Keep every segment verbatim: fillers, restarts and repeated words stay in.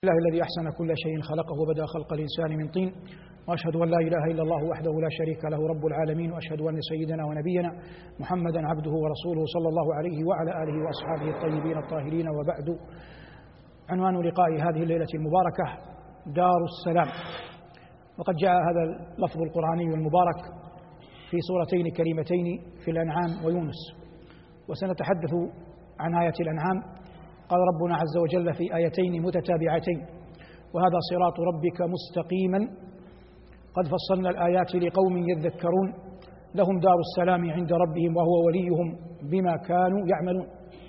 الله الذي أحسن كل شيء خلقه وبدأ خلق الإنسان من طين، وأشهد أن لا إله إلا الله وحده لا شريك له رب العالمين، وأشهد أن سيدنا ونبينا محمدا عبده ورسوله صلى الله عليه وعلى آله وأصحابه الطيبين الطاهرين. وبعد، عنوان لقاء هذه الليلة المباركة دار السلام. وقد جاء هذا اللفظ القرآني المبارك في سورتين كريمتين في الأنعام ويونس، وسنتحدث عن آية الأنعام. قال ربنا عز وجل في آيتين متتابعتين: وهذا صراط ربك مستقيما قد فصلنا الآيات لقوم يذكرون لهم دار السلام عند ربهم وهو وليهم بما كانوا يعملون.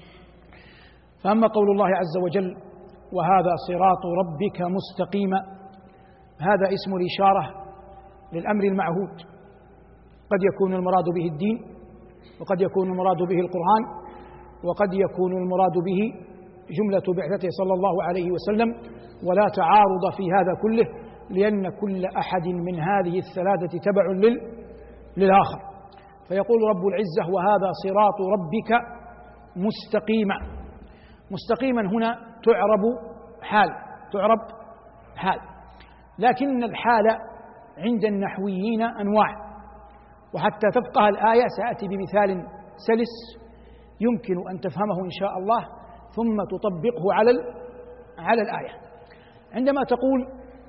فأما قول الله عز وجل وهذا صراط ربك مستقيما، هذا اسم الإشارة للأمر المعهود، قد يكون المراد به الدين، وقد يكون المراد به القرآن، وقد يكون المراد به جملة بعثته صلى الله عليه وسلم، ولا تعارض في هذا كله، لأن كل أحد من هذه الثلاثة تبع للآخر. فيقول رب العزة وهذا صراط ربك مستقيما. مستقيما هنا تعرب حال، تعرب حال، لكن الحال عند النحويين أنواع، وحتى تفقه الآية سأتي بمثال سلس يمكن أن تفهمه إن شاء الله، ثم تطبقه على على الآية. عندما تقول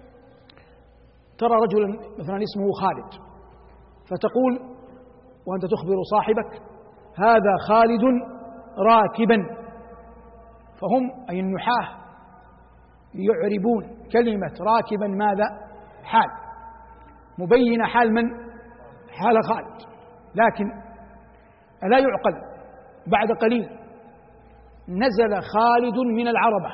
ترى رجلا مثلا اسمه خالد، فتقول وأنت تخبر صاحبك هذا خالد راكبا، فهم أي النحاة يعربون كلمة راكبا ماذا؟ حال، مبين حال من؟ حال خالد. لكن ألا يعقل بعد قليل نزل خالد من العربة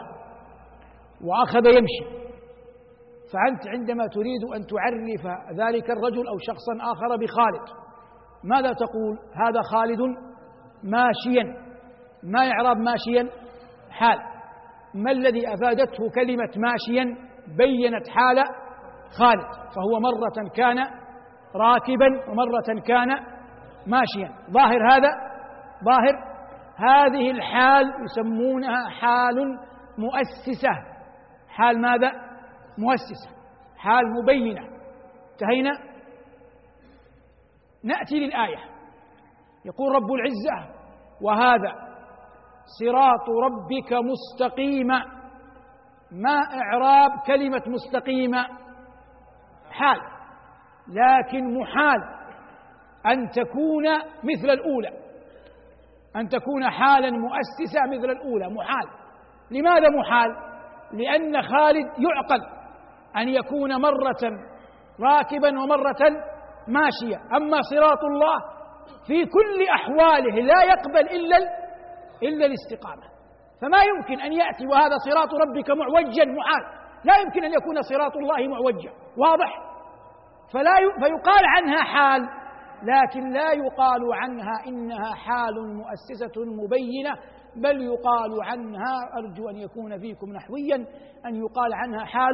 وأخذ يمشي، فأنت عندما تريد أن تعرف ذلك الرجل أو شخصا آخر بخالد ماذا تقول؟ هذا خالد ماشيا. ما إعراب ماشيا؟ حال. ما الذي أفادته كلمة ماشيا؟ بينت حال خالد، فهو مرة كان راكبا ومرة كان ماشيا. ظاهر هذا؟ ظاهر. هذه الحال يسمونها حال مؤسسة. حال ماذا؟ مؤسسة، حال مبينة. انتهينا. نأتي للآية. يقول رب العزة وهذا صراط ربك مستقيما. ما إعراب كلمة مستقيمة؟ حال، لكن محال أن تكون مثل الأولى، أن تكون حالا مؤسسة مثل الأولى، محال. لماذا محال؟ لأن خالد يعقل أن يكون مرة راكبا ومرة ماشيا، أما صراط الله في كل أحواله لا يقبل إلا إلا الاستقامة، فما يمكن أن يأتي وهذا صراط ربك معوجا، محال. لا يمكن أن يكون صراط الله معوجا، واضح؟ فلا ي... فيقال عنها حال، لكن لا يقال عنها إنها حال مؤسسة مبينة، بل يقال عنها، أرجو أن يكون فيكم نحويا، أن يقال عنها حال.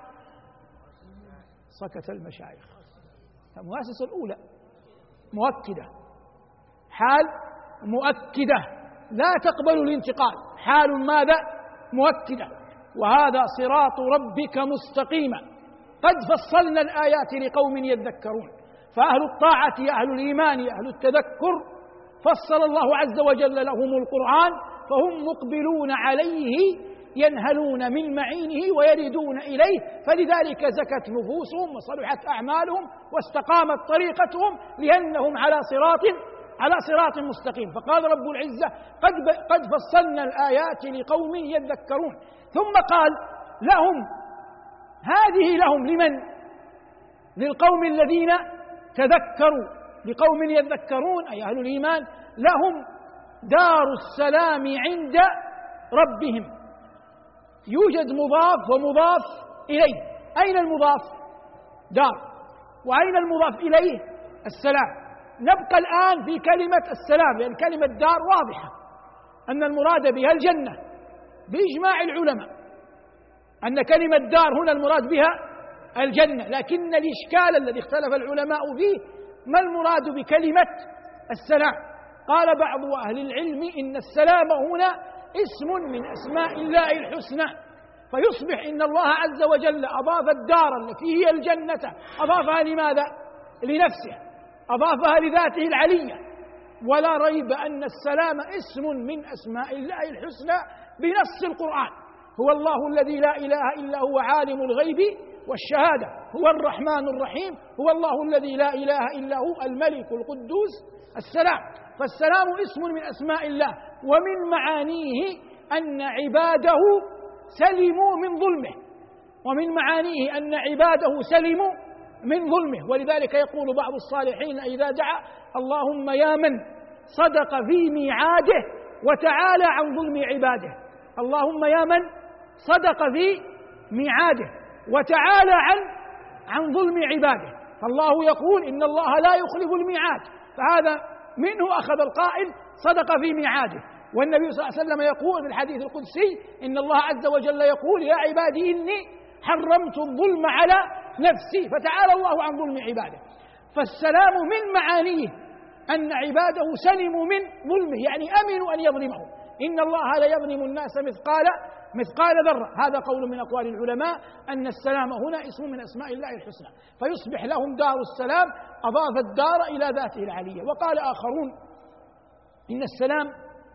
سكت المشايخ. المؤسسة الأولى مؤكدة، حال مؤكدة لا تقبل الانتقال، حال ماذا؟ مؤكدة. وهذا صراط ربك مستقيما قد فصلنا الآيات لقوم يذكرون. فأهل الطاعة أهل الإيمان أهل التذكر فصل الله عز وجل لهم القرآن، فهم مقبلون عليه ينهلون من معينه ويردون إليه، فلذلك زكت نفوسهم وصلحت أعمالهم واستقامت طريقتهم، لأنهم على صراط على صراط مستقيم. فقال رب العزة قد, قد فصلنا الآيات لقوم يذكرون، ثم قال لهم، هذه لهم لمن؟ للقوم الذين تذكروا، لقوم يذكرون أي أهل الإيمان، لهم دار السلام عند ربهم. يوجد مضاف ومضاف إليه. أين المضاف؟ دار. وأين المضاف إليه؟ السلام. نبقى الآن في كلمة السلام، لأن كلمة دار واضحة أن المراد بها الجنة بإجماع العلماء، أن كلمة دار هنا المراد بها الجنة، لكن الإشكال الذي اختلف العلماء فيه ما المراد بكلمة السلام. قال بعض أهل العلم إن السلام هنا اسم من أسماء الله الحسنى، فيصبح إن الله عز وجل أضاف الدار التي هي الجنة أضافها لماذا؟ لنفسه، أضافها لذاته العلية. ولا ريب أن السلام اسم من أسماء الله الحسنى بنص القرآن. هو الله الذي لا إله إلا هو عالم الغيب والشهادة، هو الرحمن الرحيم، هو الله الذي لا إله إلا هو الملك القدوس السلام. فالسلام اسم من أسماء الله، ومن معانيه أن عباده سلموا من ظلمه، ومن معانيه أن عباده سلموا من ظلمه. ولذلك يقول بعض الصالحين إذا دعا: اللهم يا من صدق في ميعاده وتعالى عن ظلم عباده. اللهم يا من صدق في ميعاده وتعالى عن عن ظلم عباده. فالله يقول إن الله لا يخلف الميعاد، فهذا منه أخذ القائل صدق في ميعاده. والنبي صلى الله عليه وسلم يقول في الحديث القدسي: إن الله عز وجل يقول: يا عبادي إني حرمت الظلم على نفسي، فتعالى الله عن ظلم عباده. فالسلام من معانيه أن عباده سلموا من ظلمه، يعني أمنوا أن يظلمهم. إن الله لا يظلم الناس مثقال مثقال ذرة. هذا قول من أقوال العلماء أن السلام هنا اسم من أسماء الله الحسنى، فيصبح لهم دار السلام، أضاف الدار إلى ذاته العلية. وقال آخرون إن السلام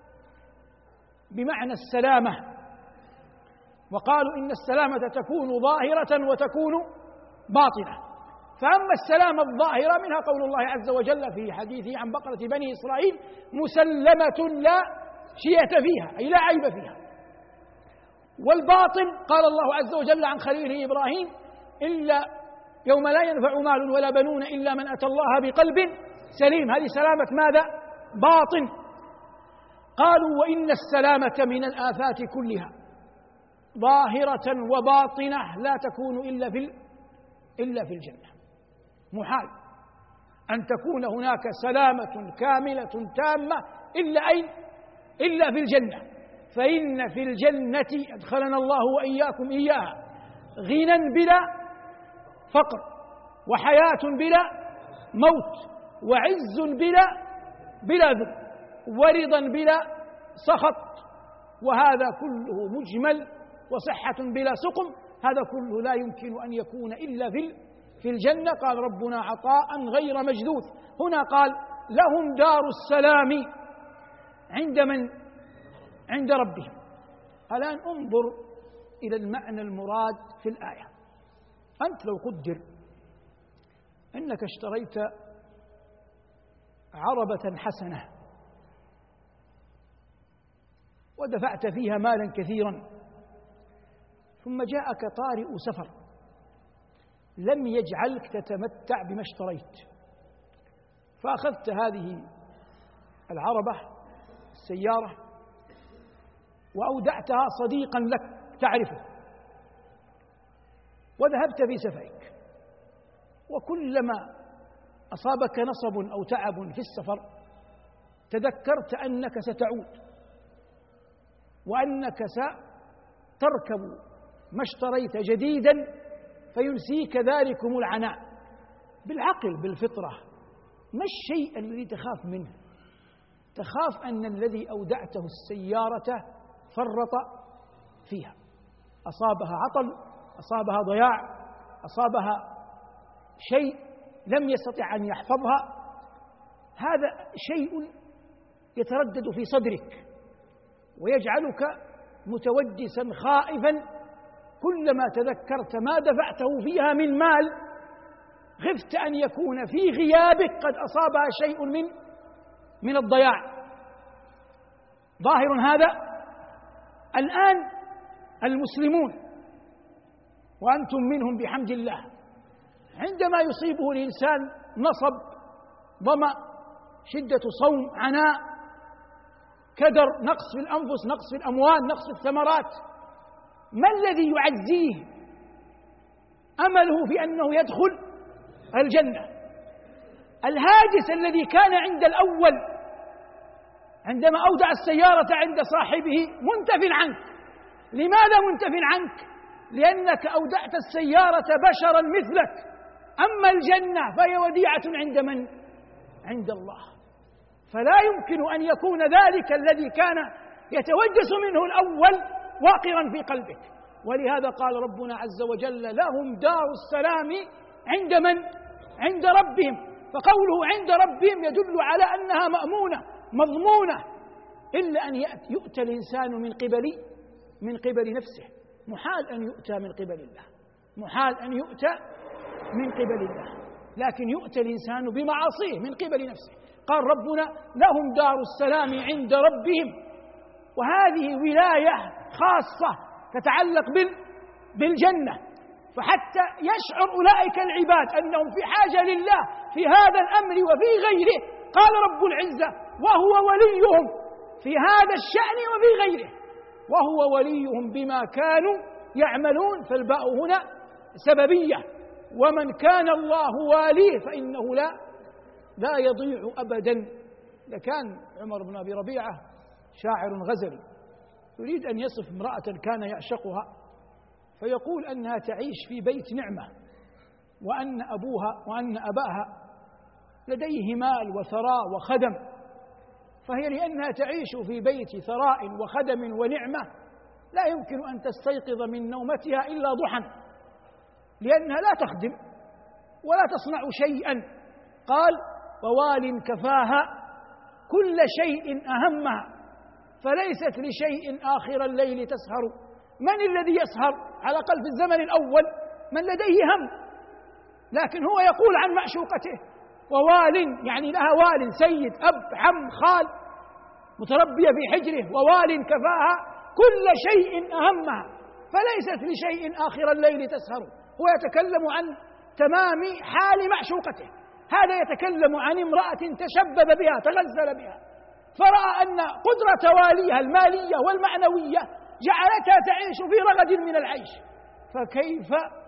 بمعنى السلامة، وقالوا إن السلامة تكون ظاهرة وتكون باطنة. فأما السلامة الظاهرة منها قول الله عز وجل في حديثه عن بقرة بني إسرائيل: مسلمة لا شية فيها، أي لا عيب فيها. والباطن قال الله عز وجل عن خليله إبراهيم: إلا يوم لا ينفع مال ولا بنون إلا من أتى الله بقلب سليم. هذه سلامة ماذا؟ باطن. قالوا: وإن السلامة من الآفات كلها ظاهرة وباطنة لا تكون إلا في إلا في الجنة. محال أن تكون هناك سلامة كاملة تامة إلا أين؟ إلا في الجنة. فإن في الجنة أدخلنا الله وإياكم إياها غنى بلا فقر، وحياة بلا موت، وعز بلا بلا ذل، ورضا بلا سخط. وهذا كله مجمل، وصحة بلا سقم. هذا كله لا يمكن أن يكون إلا في في الجنة. قال ربنا: عطاء غير مجذوذ. هنا قال: لهم دار السلام عند من؟ عند ربهم. الآن انظر إلى المعنى المراد في الآية. أنت لو قدر أنك اشتريت عربة حسنة ودفعت فيها مالا كثيرا، ثم جاءك طارئ سفر لم يجعلك تتمتع بما اشتريت، فأخذت هذه العربة السيارة وأودعتها صديقا لك تعرفه، وذهبت في سفرك، وكلما أصابك نصب أو تعب في السفر تذكرت أنك ستعود وأنك ستركب ما اشتريت جديدا فينسيك ذلكم العناء. بالعقل بالفطرة ما الشيء الذي تخاف منه؟ تخاف أن الذي أودعته السيارة فرط فيها، أصابها عطل، أصابها ضياع، أصابها شيء لم يستطع أن يحفظها. هذا شيء يتردد في صدرك ويجعلك متوجسا خائفا. كلما تذكرت ما دفعته فيها من مال خفت أن يكون في غيابك قد أصابها شيء من من الضياع. ظاهر هذا. الآن المسلمون وأنتم منهم بحمد الله، عندما يصيبه الإنسان نصب، ظمأ، شدة صوم، عناء، كدر، نقص في الأنفس، نقص في الأموال، نقص في الثمرات، ما الذي يعزيه؟ أمله في أنه يدخل الجنة. الهاجس الذي كان عند الأول عندما أودع السيارة عند صاحبه منتف عنك. لماذا منتف عنك؟ لأنك أودعت السيارة بشرا مثلك. أما الجنة فهي وديعة عند من؟ عند الله. فلا يمكن أن يكون ذلك الذي كان يتوجس منه الأول واقرا في قلبك. ولهذا قال ربنا عز وجل لهم دار السلام عند من؟ عند ربهم. فقوله عند ربهم يدل على أنها مأمونة مضمونة، إلا أن يؤتى الإنسان من قبل من قبل نفسه. محال أن يؤتى من قبل الله، محال أن يؤتى من قبل الله، لكن يؤتى الإنسان بمعاصيه من قبل نفسه. قال ربنا لهم دار السلام عند ربهم، وهذه ولاية خاصة تتعلق بالجنة، فحتى يشعر أولئك العباد أنهم في حاجة لله في هذا الأمر وفي غيره. قال رب العزة وهو وليهم في هذا الشأن وفي غيره، وهو وليهم بما كانوا يعملون، فالباء هنا سببية، ومن كان الله واليه فإنه لا لا يضيع أبدا. لكان عمر بن أبي ربيعة شاعر غزلي يريد أن يصف امرأة كان يعشقها، فيقول أنها تعيش في بيت نعمة، وأن أبوها وأن أباها لديه مال وثراء وخدم، فهي لأنها تعيش في بيت ثراء وخدم ونعمة لا يمكن أن تستيقظ من نومتها إلا ضحى، لأنها لا تخدم ولا تصنع شيئا. قال ووال كفاها كل شيء أهمها، فليست لشيء آخر الليل تسهر. من الذي يسهر على الأقل في الزمن الأول؟ من لديه هم، لكن هو يقول عن معشوقته ووال، يعني لها وال، سيد، أب، عم، خال، متربية في حجره، ووال كفاها كل شيء أهمها، فليست لشيء آخر الليل تسهر. هو يتكلم عن تمام حال معشوقته، هذا يتكلم عن امرأة تشبب بها تغزل بها، فرأى أن قدرة واليها المالية والمعنوية جعلتها تعيش في رغد من العيش، فكيف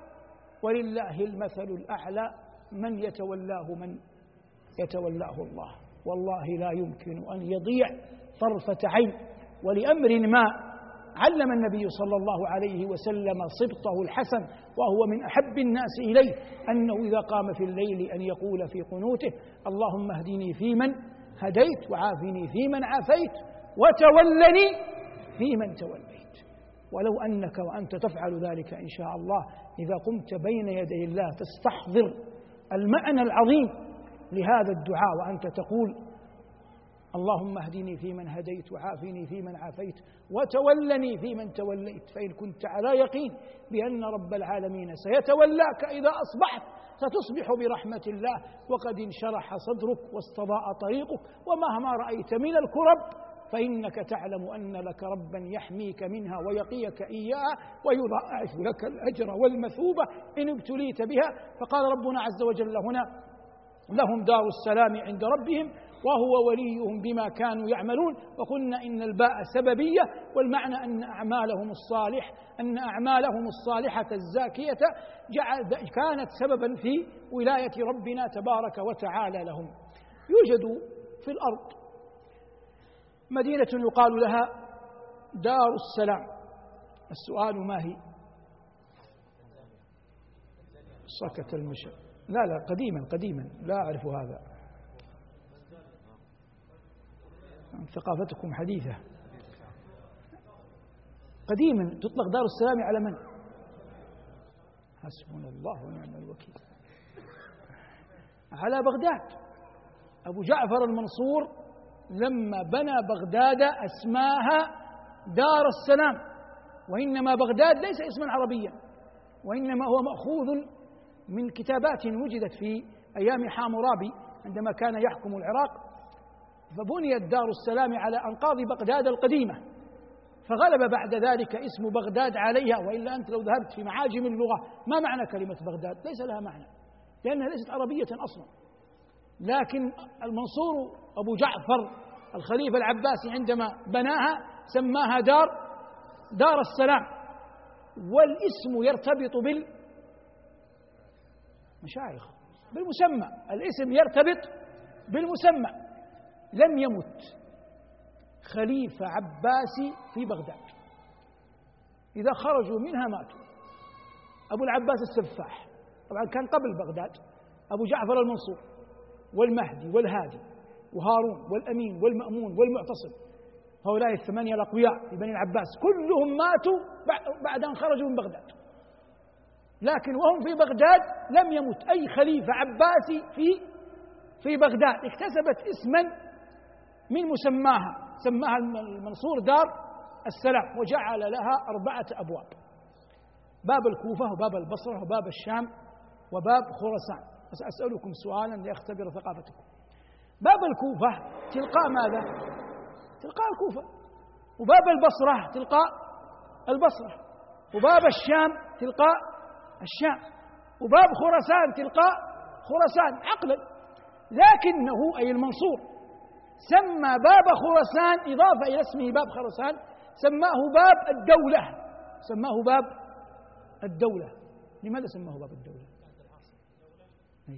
ولله المثل الأعلى من يتولاه من يتولاه الله. والله لا يمكن أن يضيع طرفة عين. ولأمر ما علم النبي صلى الله عليه وسلم صبطه الحسن وهو من أحب الناس إليه أنه إذا قام في الليل أن يقول في قنوته اللهم اهدني فيمن هديت وعافني فيمن عافيت وتولني فيمن توليت. ولو أنك وأنت تفعل ذلك إن شاء الله إذا قمت بين يدي الله تستحضر المعنى العظيم لهذا الدعاء، وأنت تقول اللهم اهدني فيمن هديت وعافني فيمن عافيت وتولني فيمن توليت، فإن كنت على يقين بأن رب العالمين سيتولاك إذا أصبحت ستصبح برحمة الله وقد انشرح صدرك واستضاء طريقك، ومهما رأيت من الكرب فإنك تعلم أن لك ربا يحميك منها ويقيك إياها ويضاعف لك الأجر والمثوبة إن ابتليت بها. فقال ربنا عز وجل هنا لهم دار السلام عند ربهم وهو وليهم بما كانوا يعملون. وقلنا إن الباء سببية، والمعنى أن أعمالهم الصالح أن أعمالهم الصالحة الزاكية جعل كانت سببا في ولاية ربنا تبارك وتعالى لهم. يوجد في الأرض مدينة يقال لها دار السلام. السؤال ما هي؟ سكت المشى. لا لا قديما قديما لا أعرف هذا، ثقافتكم حديثة. قديما تطلق دار السلام على من؟ حسبنا الله ونعم الوكيل. على بغداد. أبو جعفر المنصور لما بنى بغداد أسماها دار السلام، وإنما بغداد ليس اسما عربيا، وإنما هو مأخوذ من كتابات وجدت في أيام حامورابي عندما كان يحكم العراق، فبنيت دار السلام على أنقاض بغداد القديمة، فغلب بعد ذلك اسم بغداد عليها. وإلا أنت لو ذهبت في معاجم اللغة ما معنى كلمة بغداد؟ ليس لها معنى لأنها ليست عربية أصلا. لكن المنصور أبو جعفر الخليفة العباسي عندما بناها سماها دار دار السلام، والاسم يرتبط بالمشايخ بالمسمى، الاسم يرتبط بالمسمى. لم يمت خليفة عباسي في بغداد، إذا خرجوا منها ماتوا. أبو العباس السفاح طبعا كان قبل بغداد، أبو جعفر المنصور والمهدي والهادي وهارون والأمين والمأمون والمعتصم، هؤلاء الثمانية الأقوياء في بني العباس كلهم ماتوا بعد أن خرجوا من بغداد، لكن وهم في بغداد لم يمت أي خليفة عباسي في في بغداد. اكتسبت اسما من مسماها، سماها المنصور دار السلام، وجعل لها أربعة أبواب: باب الكوفة وباب البصرة وباب الشام وباب خراسان. سأسألكم سؤالا لأختبر ثقافتكم. باب الكوفة تلقاء ماذا؟ تلقاء الكوفة، وباب البصرة تلقاء البصرة، وباب الشام تلقاء الشام، وباب خراسان تلقاء خراسان عقلا. لكنه أي المنصور سمى باب خراسان إضافة إلى اسمه باب خراسان، سماه باب الدولة، سماه باب الدولة. لماذا سماه باب الدولة؟ أي.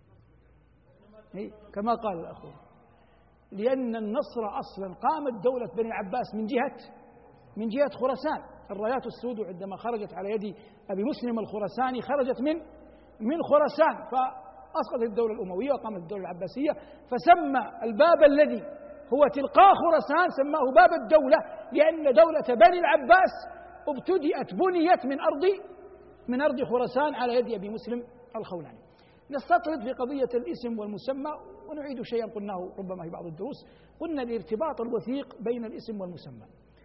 أي. كما قال الأخوة، لأن النصر أصلا قامت دولة بني العباس من جهة من جهة خراسان. الرايات السود عندما خرجت على يد أبي مسلم الخراساني خرجت من من خراسان، فأسقطت الدولة الأموية وقامت الدولة العباسية، فسمى الباب الذي هو تلقاء خراسان سماه باب الدولة، لأن دولة بني العباس ابتدأت بنيت من أرض من أرض خراسان على يد أبي مسلم الخولاني. نستطرد في قضية الاسم والمسمى ونعيد شيئا قلناه ربما في بعض الدروس. قلنا الارتباط الوثيق بين الاسم والمسمى.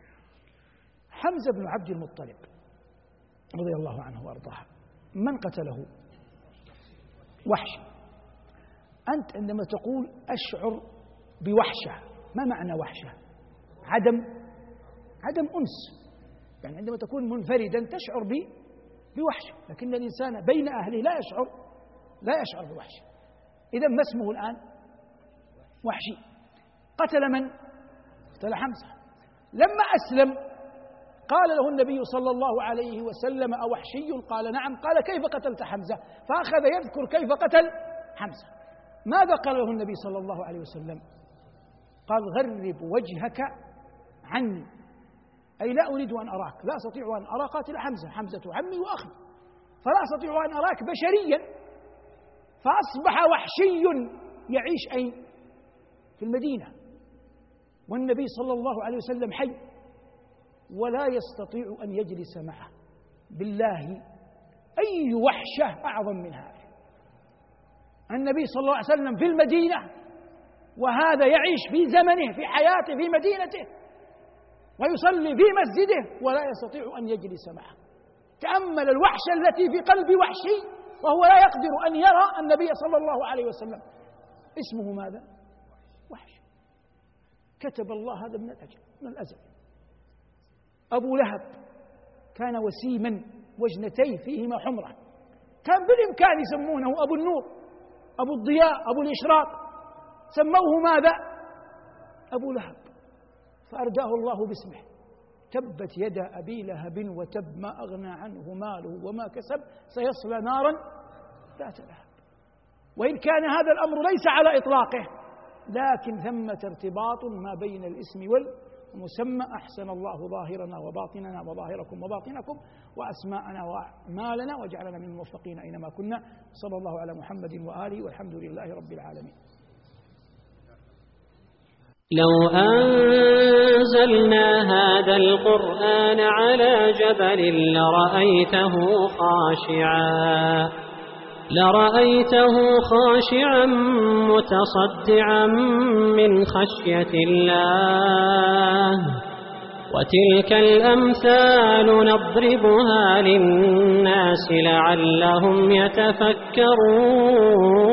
حمزة بن عبد المطلب رضي الله عنه وأرضاه، من قتله؟ وحش. أنت عندما تقول أشعر بوحشة، ما معنى وحشة؟ عدم عدم أنس، يعني عندما تكون منفردا تشعر بوحشة، لكن الإنسان بين أهله لا يشعر لا يشعر بوحشة. إذا ما اسمه الآن؟ وحشي. قتل من؟ قتل حمزة. لما أسلم قال له النبي صلى الله عليه وسلم: أوحشي؟ قال: نعم. قال: كيف قتلت حمزة؟ فأخذ يذكر كيف قتل حمزة. ماذا قال له النبي صلى الله عليه وسلم؟ قال: غرب وجهك عني، أي لا أريد أن أراك، لا أستطيع أن أرى قاتل حمزة، حمزة عمي وأخي، فلا أستطيع أن أراك بشريا. فأصبح وحشي يعيش أين؟ في المدينة، والنبي صلى الله عليه وسلم حي ولا يستطيع أن يجلس معه. بالله أي وحشة أعظم من هذه؟ النبي صلى الله عليه وسلم في المدينة وهذا يعيش في زمنه، في حياته، في مدينته، ويصلي في مسجده ولا يستطيع أن يجلس معه. تأمل الوحشة التي في قلب وحشي وهو لا يقدر أن يرى النبي صلى الله عليه وسلم. اسمه ماذا؟ وحش. كتب الله هذا من الأجل من الأزل. أبو لهب كان وسيما وجنتيه فيهما حمرة، كان بالإمكان يسمونه أبو النور، أبو الضياء، أبو الإشراق، سموه ماذا؟ أبو لهب، فأرداه الله باسمه: تبت يدا أبي لهب وتب، ما أغنى عنه ماله وما كسب، سيصلى نارا ذات لهب. وإن كان هذا الأمر ليس على إطلاقه، لكن ثمة ارتباط ما بين الاسم والمسمى. أحسن الله ظاهرنا وباطننا وظاهركم وباطنكم وأسماءنا وأعمالنا، واجعلنا من الموفقين أينما كنا. صلى الله على محمد وآله، والحمد لله رب العالمين. لو أنزلنا هذا القرآن على جبل لرأيته خاشعا لرأيته خاشعا متصدعا من خشية الله. وتلك الأمثال نضربها للناس لعلهم يتفكرون.